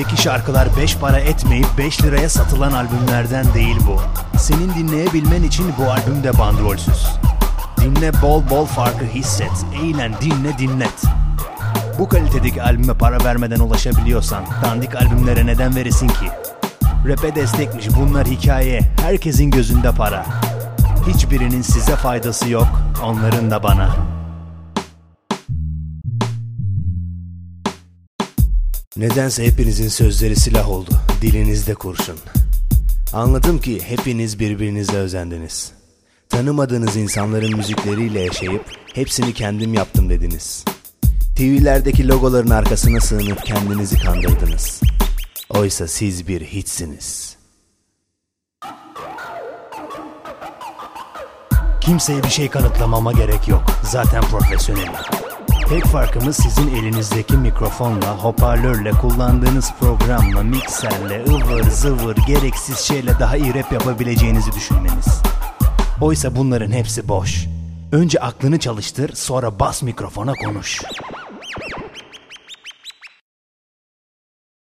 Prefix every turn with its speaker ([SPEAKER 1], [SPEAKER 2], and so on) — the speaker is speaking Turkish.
[SPEAKER 1] Önceki şarkılar 5 para etmeyip 5 liraya satılan albümlerden değil bu. Senin dinleyebilmen için bu albüm de bandrolsüz. Dinle, bol bol farkı hisset, eğlen, dinlet. Bu kalitedeki albüme para vermeden ulaşabiliyorsan dandik albümlere neden veresin ki? Rap'e destekmiş, bunlar hikaye, herkesin gözünde para. Hiçbirinin size faydası yok, onların da bana. Nedense hepinizin sözleri silah oldu, dilinizde kurşun. Anladım ki hepiniz birbirinize özendiniz. Tanımadığınız insanların müzikleriyle yaşayıp hepsini kendim yaptım dediniz. TV'lerdeki logoların arkasına sığınıp kendinizi kandırdınız. Oysa siz bir hiçsiniz. Kimseye bir şey kanıtlamama gerek yok. Zaten profesyonelim. Tek farkımız sizin elinizdeki mikrofonla, hoparlörle, kullandığınız programla, mikserle, ıvır zıvır gereksiz şeyle daha iyi rap yapabileceğinizi düşünmeniz. Oysa bunların hepsi boş. Önce aklını çalıştır, sonra bas mikrofona konuş.